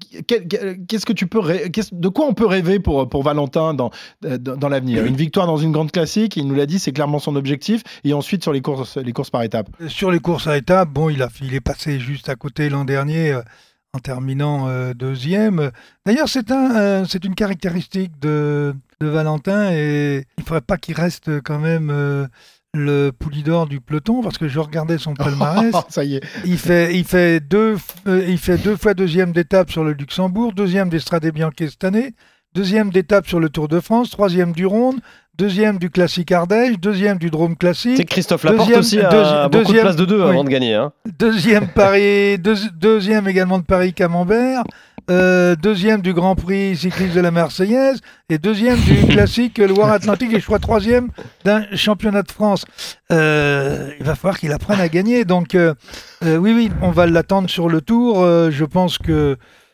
peux de quoi on peut rêver pour Valentin dans l'avenir? Une victoire dans une grande classique, il nous l'a dit, c'est clairement son objectif. Et ensuite sur les courses par étapes. Sur les courses à étapes, il est passé juste à côté l'an dernier. En terminant deuxième. D'ailleurs, c'est une caractéristique de Valentin et il ne faudrait pas qu'il reste quand même le Poulidor du peloton parce que je regardais son palmarès. Ça y est. Il fait deux fois deuxième d'étape sur le Luxembourg, deuxième des Strade Bianche cette année, deuxième d'étape sur le Tour de France, troisième du Ronde, deuxième du Classique Ardèche, deuxième du Drôme Classique. C'est Christophe Laporte aussi a beaucoup de place de deux avant de gagner. Hein. Deuxième également de Paris-Camembert, deuxième du Grand Prix cycliste de la Marseillaise et deuxième du Classique Loire-Atlantique et je crois troisième d'un championnat de France. Il va falloir qu'il apprenne à gagner. Donc oui, on va l'attendre sur le Tour. Je pense que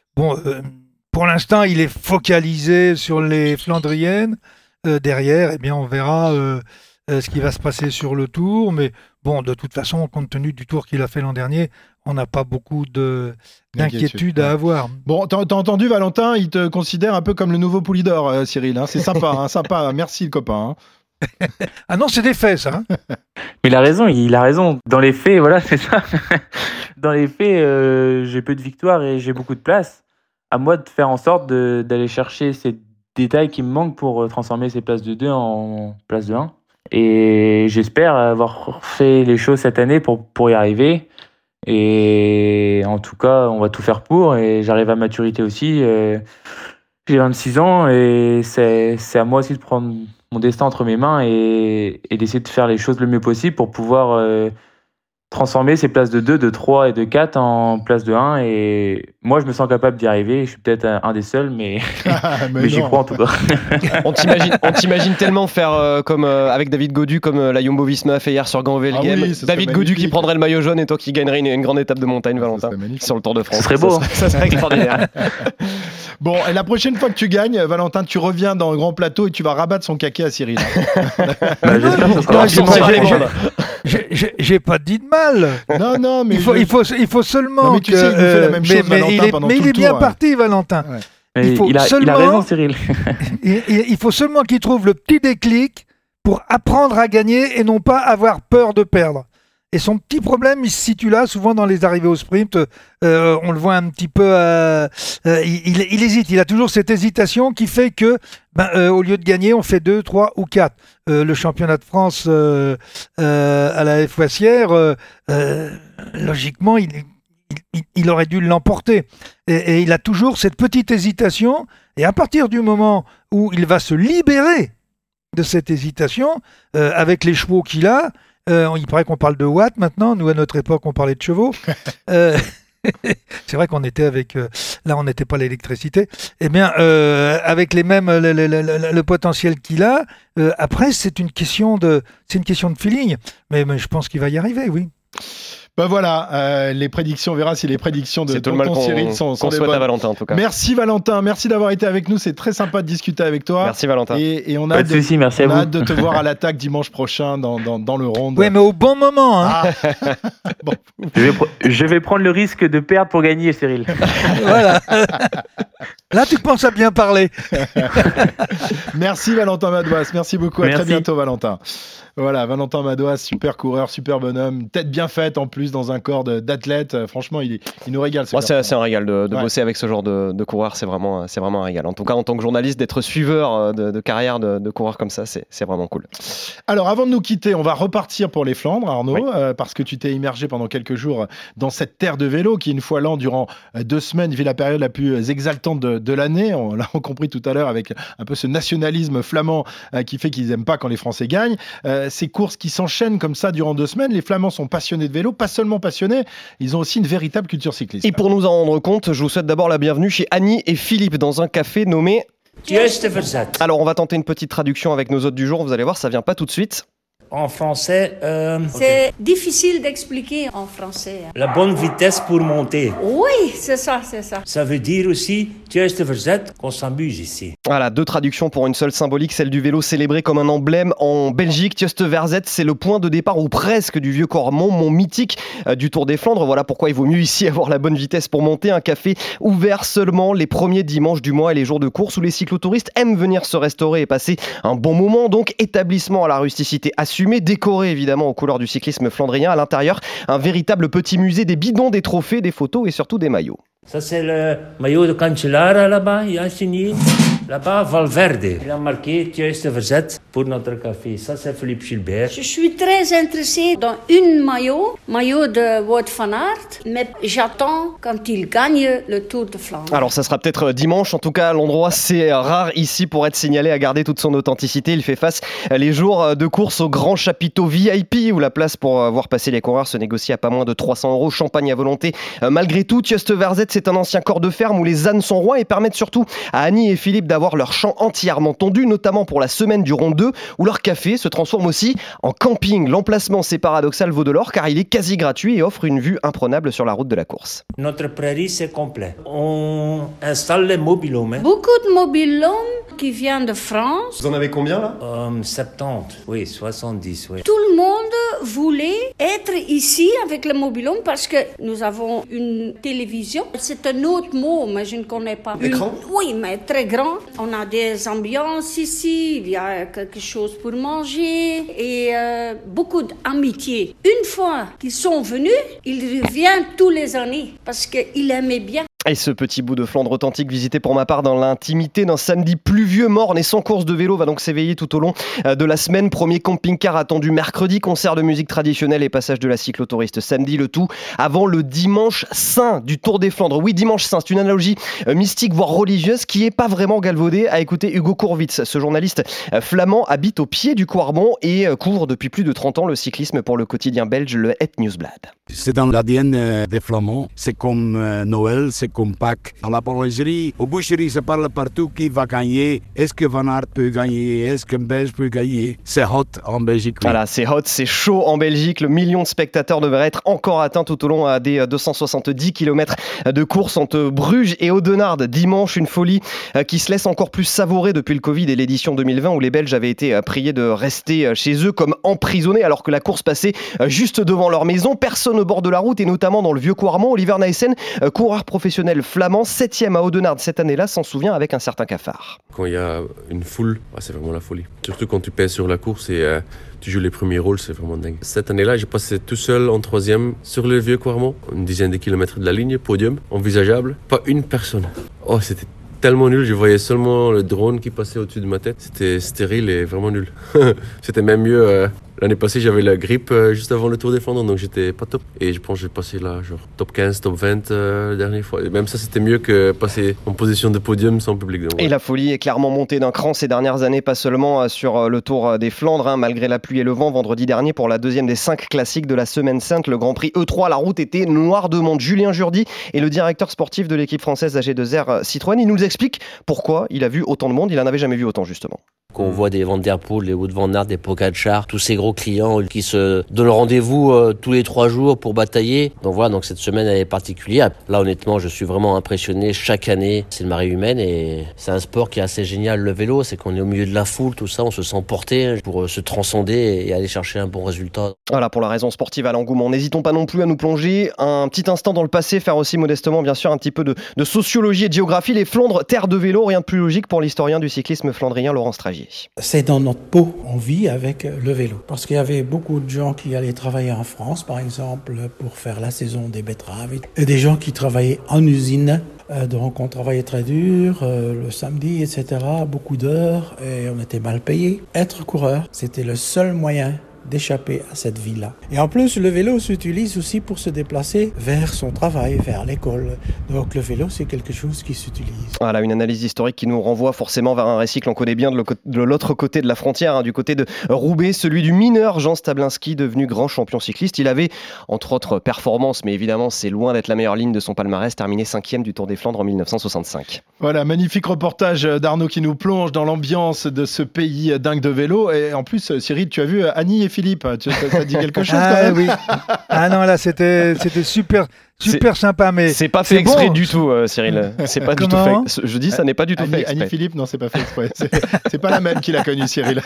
pour l'instant, il est focalisé sur les Flandriennes. Derrière, eh bien, on verra ce qui va se passer sur le Tour. Mais bon, de toute façon, compte tenu du Tour qu'il a fait l'an dernier, on n'a pas beaucoup d'inquiétude à avoir. Bon, t'as entendu, Valentin, il te considère un peu comme le nouveau Poulidor, Cyril. Hein. C'est sympa, sympa. Merci, le copain. Hein. Ah non, c'est des faits, ça. Mais il a raison. Dans les faits, voilà, c'est ça. Dans les faits, j'ai peu de victoires et j'ai beaucoup de place. À moi de faire en sorte d'aller chercher ces détails qui me manquent pour transformer ces places de 2 en places de 1. Et j'espère avoir fait les choses cette année pour y arriver. Et en tout cas, on va tout faire pour. Et j'arrive à maturité aussi. J'ai 26 ans et c'est à moi aussi de prendre mon destin entre mes mains et d'essayer de faire les choses le mieux possible pour pouvoir transformer ces places de 2, de 3 et de 4 en places de 1. Et moi, je me sens capable d'y arriver. Je suis peut-être un des seuls, mais j'y crois en tout cas. On t'imagine tellement faire comme avec David Gaudu, comme la Jumbo-Visma a fait hier sur Gand-Wevelgem. Oui, David Gaudu qui prendrait le maillot jaune et toi qui gagnerais une grande étape de montagne, Valentin, sur le Tour de France. Ce serait beau. Ça serait extraordinaire. Bon, et la prochaine fois que tu gagnes, Valentin, tu reviens dans le grand plateau et tu vas rabattre son caquet à Cyril. J'espère que ça sera j'ai pas dit de mal. Non, mais il faut seulement. Non, mais tu sais, il nous fait la même chose, Valentin, pendant tout le tour. Mais il est bien parti, Valentin. Ouais. Il a raison, Cyril. Il faut seulement qu'il trouve le petit déclic pour apprendre à gagner et non pas avoir peur de perdre. Et son petit problème, il se situe là, souvent dans les arrivées au sprint. On le voit un petit peu. Il hésite. Il a toujours cette hésitation qui fait que, au lieu de gagner, on fait 2, 3 ou 4. Le championnat de France à la Foissière, logiquement, il il aurait dû l'emporter. Et il a toujours cette petite hésitation. Et à partir du moment où il va se libérer de cette hésitation, avec les chevaux qu'il a, il paraît qu'on parle de watts maintenant. Nous, à notre époque, on parlait de chevaux. C'est vrai qu'on était avec... là, on n'était pas l'électricité. Eh bien, avec les mêmes... le potentiel qu'il a, après, c'est une question de feeling. Mais je pense qu'il va y arriver, oui. Ben voilà, les prédictions, on verra si les prédictions de Tonton Cyril sont des bonnes. À Valentin, en tout cas. Merci Valentin, merci d'avoir été avec nous, c'est très sympa de discuter avec toi. Merci Valentin. Et on a hâte de te voir à l'attaque dimanche prochain dans le round. Oui, mais au bon moment. Hein. Bon. Je vais prendre le risque de perdre pour gagner, Cyril. Voilà. Là, tu penses à bien parler. Merci Valentin Madouas, merci beaucoup, à très bientôt Valentin. Voilà, Valentin Madouas, super coureur, super bonhomme, tête bien faite en plus dans un corps d'athlète. Franchement, il nous régale. C'est un régal de bosser avec ce genre de coureur, c'est vraiment un régal. En tout cas, en tant que journaliste, d'être suiveur de carrière de coureurs comme ça, c'est vraiment cool. Alors, avant de nous quitter, on va repartir pour les Flandres, Arnaud, parce que tu t'es immergé pendant quelques jours dans cette terre de vélo qui, une fois l'an, durant 2 semaines, vit la période la plus exaltante de l'année. On l'a compris tout à l'heure avec un peu ce nationalisme flamand qui fait qu'ils n'aiment pas quand les Français gagnent. Ces courses qui s'enchaînent comme ça durant 2 semaines, les Flamands sont passionnés de vélo, pas seulement passionnés, ils ont aussi une véritable culture cycliste. Et pour nous en rendre compte, je vous souhaite d'abord la bienvenue chez Annie et Philippe dans un café nommé Tjuste Verzet. Alors on va tenter une petite traduction avec nos hôtes du jour, vous allez voir, ça vient pas tout de suite. En français, c'est difficile d'expliquer en français. La bonne vitesse pour monter. Oui, c'est ça. Ça veut dire aussi, Tjuste Verzet, qu'on s'amuse ici. Voilà, 2 traductions pour une seule symbolique, celle du vélo célébré comme un emblème en Belgique. Tjuste Verzet, c'est le point de départ ou presque du vieux Cormont, mont mythique du Tour des Flandres. Voilà pourquoi il vaut mieux ici avoir la bonne vitesse pour monter. Un café ouvert seulement les premiers dimanches du mois et les jours de course où les cyclotouristes aiment venir se restaurer et passer un bon moment. Donc établissement à la rusticité assumée, décoré évidemment aux couleurs du cyclisme flandrien. À l'intérieur, un véritable petit musée des bidons, des trophées, des photos et surtout des maillots. Ça, c'est le maillot de Cancellara là-bas, il a signé. Là-bas, Valverde. Il a marqué Tjuste Verzet pour notre café. Ça, c'est Philippe Gilbert. Je suis très intéressée dans une maillot de Wout van Aert, mais j'attends quand il gagne le Tour de Flandre. Alors, ça sera peut-être dimanche. En tout cas, l'endroit, c'est rare ici pour être signalé à garder toute son authenticité. Il fait face les jours de course au grand chapiteau VIP où la place pour voir passer les coureurs se négocie à pas moins de 300 €. Champagne à volonté. Malgré tout, Tjuste Verzet, c'est un ancien corps de ferme où les ânes sont rois et permettent surtout à Annie et Philippe d'avoir leur chant entièrement tondu, notamment pour la semaine du Rond 2, où leur café se transforme aussi en camping. L'emplacement, c'est paradoxal, vaut de l'or, car il est quasi gratuit et offre une vue imprenable sur la route de la course. Notre prairie, c'est complet. On installe les mobil-homes. Beaucoup de mobil-homes qui viennent de France. Vous en avez combien, là 70, oui, 70, oui. Tout le monde voulait être ici avec le mobil-home parce que nous avons une télévision. C'est un autre mot, mais je ne connais pas. Écran ? Oui, mais très grand. On a des ambiances ici, il y a quelque chose pour manger et beaucoup d'amitié. Une fois qu'ils sont venus, ils reviennent tous les années parce qu'ils aimaient bien. Et ce petit bout de Flandre authentique visité pour ma part dans l'intimité d'un samedi pluvieux, morne et sans course de vélo va donc s'éveiller tout au long de la semaine. Premier camping-car attendu mercredi, concert de musique traditionnelle et passage de la cyclotouriste samedi, le tout avant le dimanche saint du Tour des Flandres. Oui, dimanche saint, c'est une analogie mystique voire religieuse qui est pas vraiment galvaudée. À écouter Hugo Courwitz, ce journaliste flamand habite au pied du Quarmont et couvre depuis plus de 30 ans le cyclisme pour le quotidien belge, le Het Nieuwsblad. C'est dans l'ADN des Flamands, c'est comme Noël, c'est comme Pâques. À la boulangerie, aux boucheries, ça parle partout qui va gagner. Est-ce que Van Aert peut gagner? Est-ce qu'un Belge peut gagner? C'est hot en Belgique. Oui. Voilà, c'est hot, c'est chaud en Belgique. Le million de spectateurs devrait être encore atteint tout au long des 270 km de course entre Bruges et Audenarde. Dimanche, une folie qui se laisse encore plus savourer depuis le Covid et l'édition 2020 où les Belges avaient été priés de rester chez eux comme emprisonnés alors que la course passait juste devant leur maison. Personne au bord de la route et notamment dans le vieux Quarmont. Oliver Nuyssen, coureur professionnel flamand, 7e à Audenarde cette année-là, s'en souvient avec un certain cafard. Quand il y a une foule, c'est vraiment la folie. Surtout quand tu pèses sur la course et tu joues les premiers rôles, c'est vraiment dingue. Cette année-là, j'ai passé tout seul en 3e sur le vieux Quarmont, une dizaine de kilomètres de la ligne, podium, envisageable. Pas une personne. Oh, c'était tellement nul, je voyais seulement le drone qui passait au-dessus de ma tête. C'était stérile et vraiment nul. C'était même mieux L'année passée, j'avais la grippe juste avant le Tour des Flandres, donc j'étais pas top. Et je pense que j'ai passé là, genre top 15, top 20 la dernière fois. Et même ça, c'était mieux que passer en position de podium sans public. Donc, Et la folie est clairement montée d'un cran ces dernières années, pas seulement sur le Tour des Flandres, malgré la pluie et le vent vendredi dernier pour la deuxième des 5 classiques de la Semaine Sainte, le Grand Prix E3. La route était noire de monde. Julien Jourdi est le directeur sportif de l'équipe française AG2R Citroën. Il nous explique pourquoi il a vu autant de monde. Il n'en avait jamais vu autant, justement. Qu'on voit des Van Der Poel, des Wout van Aert, des Pogačar, tous ces gros clients qui se donnent rendez-vous tous les 3 jours pour batailler. Donc voilà, donc cette semaine elle est particulière. Là honnêtement, je suis vraiment impressionné chaque année. C'est une marée humaine et c'est un sport qui est assez génial, le vélo. C'est qu'on est au milieu de la foule, tout ça, on se sent porté pour se transcender et aller chercher un bon résultat. Voilà pour la raison sportive à l'engouement. N'hésitons pas non plus à nous plonger un petit instant dans le passé, faire aussi modestement bien sûr un petit peu de sociologie et de géographie. Les Flandres, terre de vélo, rien de plus logique pour l'historien du cyclisme flandrien Laurent Stragier. C'est dans notre peau, on vit avec le vélo. Parce qu'il y avait beaucoup de gens qui allaient travailler en France, par exemple, pour faire la saison des betteraves. Et des gens qui travaillaient en usine. Donc on travaillait très dur, le samedi, etc. Beaucoup d'heures et on était mal payé. Être coureur, c'était le seul moyen d'échapper à cette vie-là. Et en plus, le vélo s'utilise aussi pour se déplacer vers son travail, vers l'école. Donc le vélo, c'est quelque chose qui s'utilise. Voilà, une analyse historique qui nous renvoie forcément vers un récit que l'on connaît bien de l'autre côté de la frontière, du côté de Roubaix, celui du mineur Jean Stablinski, devenu grand champion cycliste. Il avait, entre autres performances, mais évidemment, c'est loin d'être la meilleure ligne de son palmarès, terminé 5e du Tour des Flandres en 1965. Voilà, magnifique reportage d'Arnaud qui nous plonge dans l'ambiance de ce pays dingue de vélo. Et en plus, Cyril, tu as vu Annie et Philippe, tu as dit quelque chose quand même. Oui. Ah non, là, c'était super sympa, mais c'est pas fait exprès du tout, Cyril. C'est pas du tout fait. Je dis, ça n'est pas du tout fait exprès. Annie Philippe, non, c'est pas fait exprès. C'est pas la même qu'il a connue, Cyril.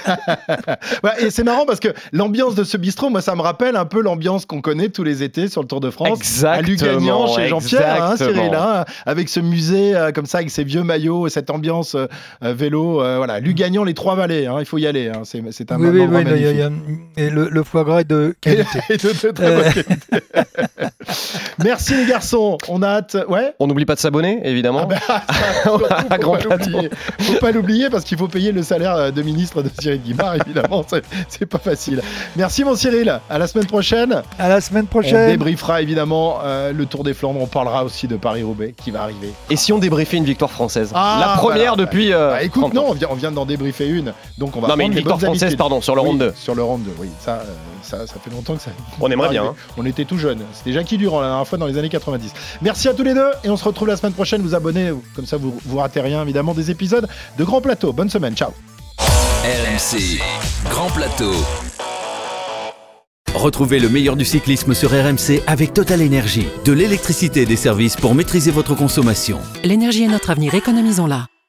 Ouais, et c'est marrant parce que l'ambiance de ce bistrot, moi, ça me rappelle un peu l'ambiance qu'on connaît tous les étés sur le Tour de France. Exactement, à Lugagnan, chez Jean-Pierre, Cyril, avec ce musée comme ça, avec ses vieux maillots, cette ambiance vélo. Voilà, Lugagnan, les 3 vallées, il faut y aller. C'est un moment magnifique. Et le foie gras est de qualité. Et de très bonne qualité. Merci les garçons, on a hâte. Ouais. On n'oublie pas de s'abonner, évidemment. Faut pas l'oublier parce qu'il faut payer le salaire de ministre de Cyril Guimard, évidemment, c'est pas facile. Merci mon Cyril, à la semaine prochaine. À la semaine prochaine. On débriefera évidemment le Tour des Flandres, on parlera aussi de Paris-Roubaix qui va arriver. Et si on débriefait une victoire française, la première depuis. Écoute, non, on vient d'en débriefer une, donc on va. Non mais une victoire française, pardon, sur le round 2. Sur le round 2, oui, ça fait longtemps que ça. On aimerait bien. On était tout jeunes. C'était Jackie Durand la dernière fois dans les années 90. Merci à tous les deux et on se retrouve la semaine prochaine. Vous abonnez, comme ça vous ratez rien évidemment des épisodes de Grand Plateau. Bonne semaine, ciao. RMC Grand Plateau. Retrouvez le meilleur du cyclisme sur RMC avec Total Énergie. De l'électricité et des services pour maîtriser votre consommation. L'énergie est notre avenir, économisons-la.